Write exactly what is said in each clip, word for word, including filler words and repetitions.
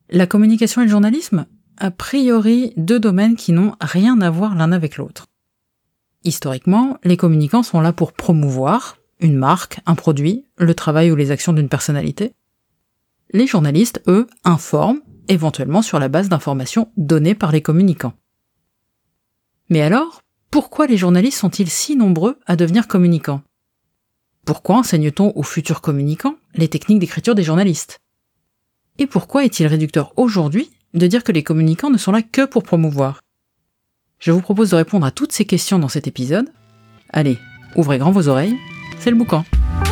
La communication et le journalisme, a priori deux domaines qui n'ont rien à voir l'un avec l'autre. Historiquement, les communicants sont là pour promouvoir une marque, un produit, le travail ou les actions d'une personnalité. Les journalistes, eux, informent, éventuellement sur la base d'informations données par les communicants. Mais alors, pourquoi les journalistes sont-ils si nombreux à devenir communicants ? Pourquoi enseigne-t-on aux futurs communicants les techniques d'écriture des journalistes ? Et pourquoi est-il réducteur aujourd'hui de dire que les communicants ne sont là que pour promouvoir ? Je vous propose de répondre à toutes ces questions dans cet épisode. Allez, ouvrez grand vos oreilles, c'est le boucan.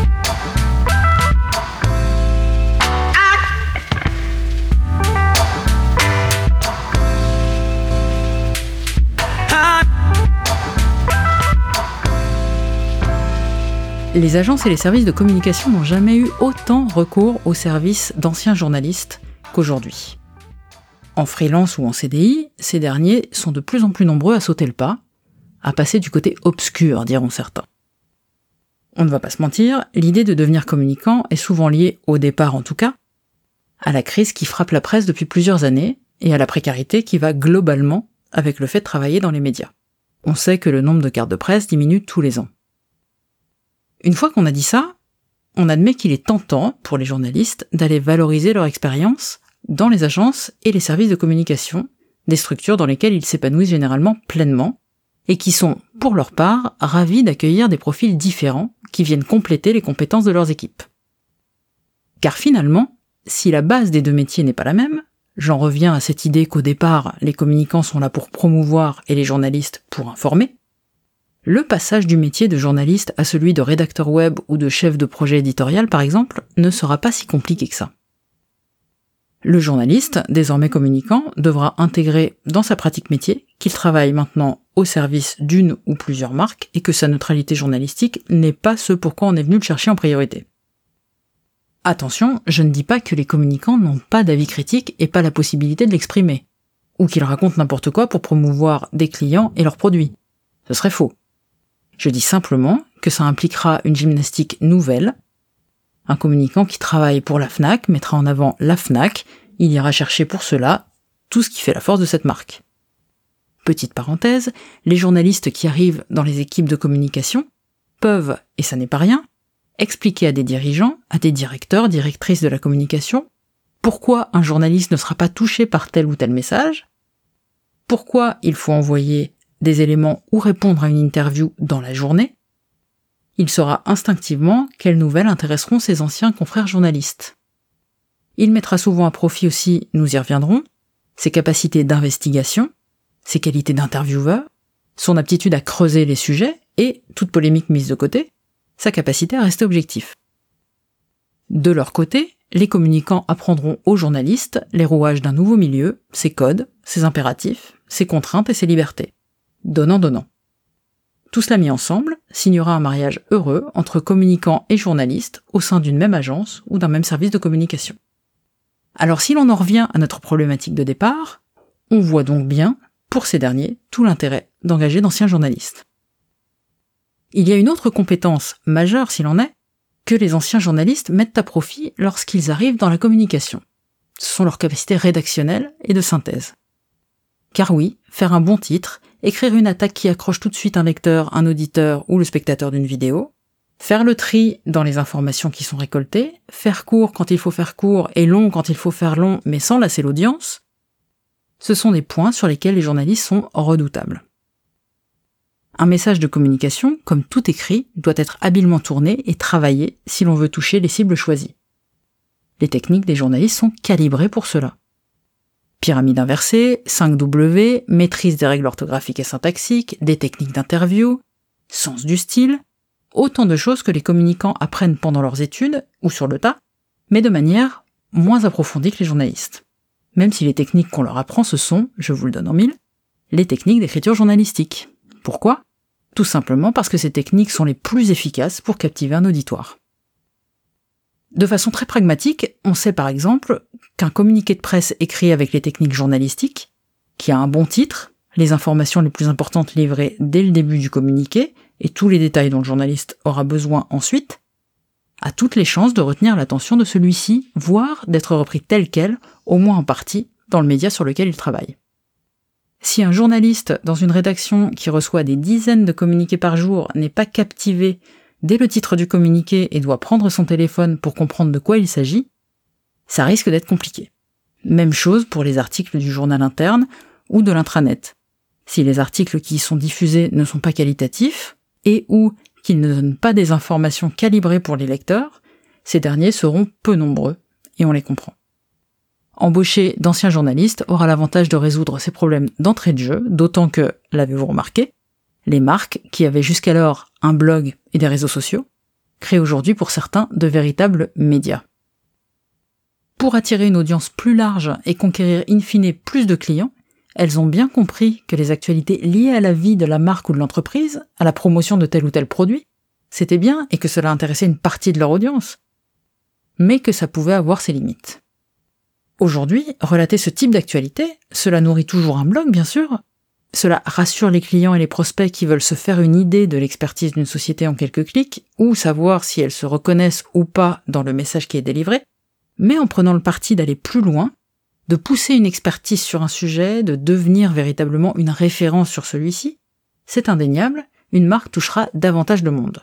Les agences et les services de communication n'ont jamais eu autant recours aux services d'anciens journalistes qu'aujourd'hui. En freelance ou en C D I, ces derniers sont de plus en plus nombreux à sauter le pas, à passer du côté obscur, diront certains. On ne va pas se mentir, l'idée de devenir communicant est souvent liée, au départ en tout cas, à la crise qui frappe la presse depuis plusieurs années et à la précarité qui va globalement avec le fait de travailler dans les médias. On sait que le nombre de cartes de presse diminue tous les ans. Une fois qu'on a dit ça, on admet qu'il est tentant pour les journalistes d'aller valoriser leur expérience dans les agences et les services de communication, des structures dans lesquelles ils s'épanouissent généralement pleinement, et qui sont, pour leur part, ravis d'accueillir des profils différents qui viennent compléter les compétences de leurs équipes. Car finalement, si la base des deux métiers n'est pas la même, j'en reviens à cette idée qu'au départ, les communicants sont là pour promouvoir et les journalistes pour informer, le passage du métier de journaliste à celui de rédacteur web ou de chef de projet éditorial, par exemple, ne sera pas si compliqué que ça. Le journaliste, désormais communicant, devra intégrer dans sa pratique métier qu'il travaille maintenant au service d'une ou plusieurs marques et que sa neutralité journalistique n'est pas ce pourquoi on est venu le chercher en priorité. Attention, je ne dis pas que les communicants n'ont pas d'avis critique et pas la possibilité de l'exprimer, ou qu'ils racontent n'importe quoi pour promouvoir des clients et leurs produits. Ce serait faux. Je dis simplement que ça impliquera une gymnastique nouvelle. Un communicant qui travaille pour la Fnac mettra en avant la Fnac, il ira chercher pour cela tout ce qui fait la force de cette marque. Petite parenthèse, les journalistes qui arrivent dans les équipes de communication peuvent, et ça n'est pas rien, expliquer à des dirigeants, à des directeurs, directrices de la communication, pourquoi un journaliste ne sera pas touché par tel ou tel message, pourquoi il faut envoyer des éléments ou répondre à une interview dans la journée, il saura instinctivement quelles nouvelles intéresseront ses anciens confrères journalistes. Il mettra souvent à profit aussi, nous y reviendrons, ses capacités d'investigation, ses qualités d'intervieweur, son aptitude à creuser les sujets et, toute polémique mise de côté, sa capacité à rester objectif. De leur côté, les communicants apprendront aux journalistes les rouages d'un nouveau milieu, ses codes, ses impératifs, ses contraintes et ses libertés. Donnant-donnant. Tout cela mis ensemble signera un mariage heureux entre communicants et journalistes au sein d'une même agence ou d'un même service de communication. Alors si l'on en revient à notre problématique de départ, on voit donc bien, pour ces derniers, tout l'intérêt d'engager d'anciens journalistes. Il y a une autre compétence majeure s'il en est, que les anciens journalistes mettent à profit lorsqu'ils arrivent dans la communication. Ce sont leurs capacités rédactionnelles et de synthèse. Car oui, faire un bon titre, écrire une attaque qui accroche tout de suite un lecteur, un auditeur ou le spectateur d'une vidéo, faire le tri dans les informations qui sont récoltées, faire court quand il faut faire court et long quand il faut faire long mais sans lasser l'audience, ce sont des points sur lesquels les journalistes sont redoutables. Un message de communication, comme tout écrit, doit être habilement tourné et travaillé si l'on veut toucher les cibles choisies. Les techniques des journalistes sont calibrées pour cela. Pyramide inversée, cinq W, maîtrise des règles orthographiques et syntaxiques, des techniques d'interview, sens du style, autant de choses que les communicants apprennent pendant leurs études, ou sur le tas, mais de manière moins approfondie que les journalistes. Même si les techniques qu'on leur apprend, ce sont, je vous le donne en mille, les techniques d'écriture journalistique. Pourquoi ? Tout simplement parce que ces techniques sont les plus efficaces pour captiver un auditoire. De façon très pragmatique, on sait par exemple qu'un communiqué de presse écrit avec les techniques journalistiques, qui a un bon titre, les informations les plus importantes livrées dès le début du communiqué, et tous les détails dont le journaliste aura besoin ensuite, a toutes les chances de retenir l'attention de celui-ci, voire d'être repris tel quel, au moins en partie, dans le média sur lequel il travaille. Si un journaliste dans une rédaction qui reçoit des dizaines de communiqués par jour n'est pas captivé dès le titre du communiqué et doit prendre son téléphone pour comprendre de quoi il s'agit, ça risque d'être compliqué. Même chose pour les articles du journal interne ou de l'intranet. Si les articles qui y sont diffusés ne sont pas qualitatifs et ou qu'ils ne donnent pas des informations calibrées pour les lecteurs, ces derniers seront peu nombreux, et on les comprend. Embaucher d'anciens journalistes aura l'avantage de résoudre ces problèmes d'entrée de jeu, d'autant que, l'avez-vous remarqué, les marques, qui avaient jusqu'alors un blog et des réseaux sociaux, créent aujourd'hui pour certains de véritables médias. Pour attirer une audience plus large et conquérir in fine plus de clients, elles ont bien compris que les actualités liées à la vie de la marque ou de l'entreprise, à la promotion de tel ou tel produit, c'était bien et que cela intéressait une partie de leur audience, mais que ça pouvait avoir ses limites. Aujourd'hui, relater ce type d'actualité, cela nourrit toujours un blog, bien sûr. Cela rassure les clients et les prospects qui veulent se faire une idée de l'expertise d'une société en quelques clics, ou savoir si elles se reconnaissent ou pas dans le message qui est délivré, mais en prenant le parti d'aller plus loin, de pousser une expertise sur un sujet, de devenir véritablement une référence sur celui-ci, c'est indéniable, une marque touchera davantage de monde.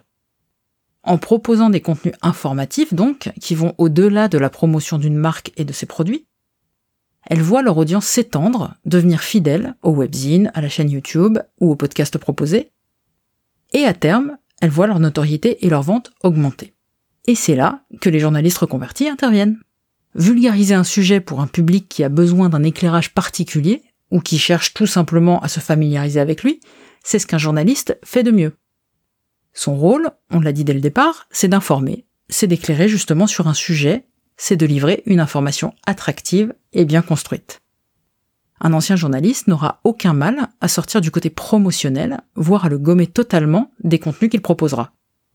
En proposant des contenus informatifs, donc, qui vont au-delà de la promotion d'une marque et de ses produits, elles voient leur audience s'étendre, devenir fidèles au webzine, à la chaîne YouTube ou au podcast proposé, et à terme, elles voient leur notoriété et leur vente augmenter. Et c'est là que les journalistes reconvertis interviennent. Vulgariser un sujet pour un public qui a besoin d'un éclairage particulier, ou qui cherche tout simplement à se familiariser avec lui, c'est ce qu'un journaliste fait de mieux. Son rôle, on l'a dit dès le départ, c'est d'informer, c'est d'éclairer justement sur un sujet, c'est de livrer une information attractive et bien construite. Un ancien journaliste n'aura aucun mal à sortir du côté promotionnel, voire à le gommer totalement des contenus qu'il proposera.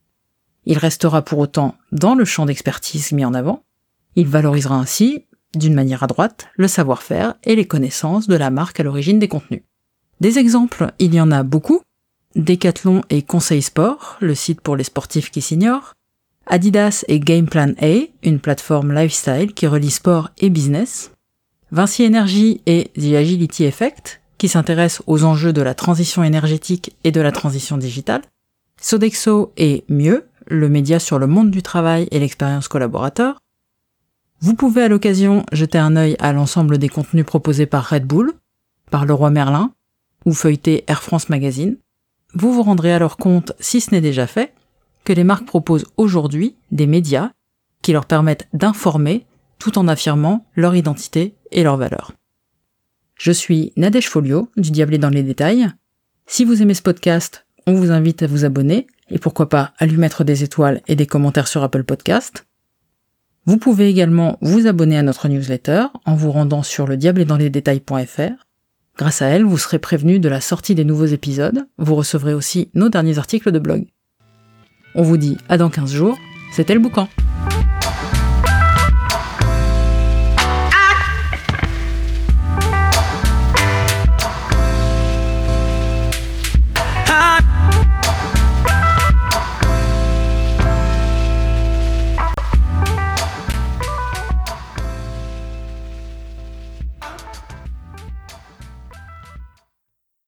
Il restera pour autant dans le champ d'expertise mis en avant, il valorisera ainsi, d'une manière adroite, le savoir-faire et les connaissances de la marque à l'origine des contenus. Des exemples, il y en a beaucoup. Decathlon et Conseil Sport, le site pour les sportifs qui s'ignorent. Adidas et Gameplan A, une plateforme lifestyle qui relie sport et business. Vinci Energy et The Agility Effect, qui s'intéressent aux enjeux de la transition énergétique et de la transition digitale. Sodexo et Mieux, le média sur le monde du travail et l'expérience collaborateur. Vous pouvez à l'occasion jeter un œil à l'ensemble des contenus proposés par Red Bull, par Leroy Merlin, ou feuilleter Air France Magazine. Vous vous rendrez alors compte, si ce n'est déjà fait, que les marques proposent aujourd'hui des médias qui leur permettent d'informer tout en affirmant leur identité et leurs valeurs. Je suis Nadège Folio, du Diable est dans les détails. Si vous aimez ce podcast, on vous invite à vous abonner, et pourquoi pas à lui mettre des étoiles et des commentaires sur Apple Podcast. Vous pouvez également vous abonner à notre newsletter en vous rendant sur le diable est dans les détails point f r. Grâce à elle, vous serez prévenu de la sortie des nouveaux épisodes, vous recevrez aussi nos derniers articles de blog. On vous dit à dans quinze jours, c'était le boucan.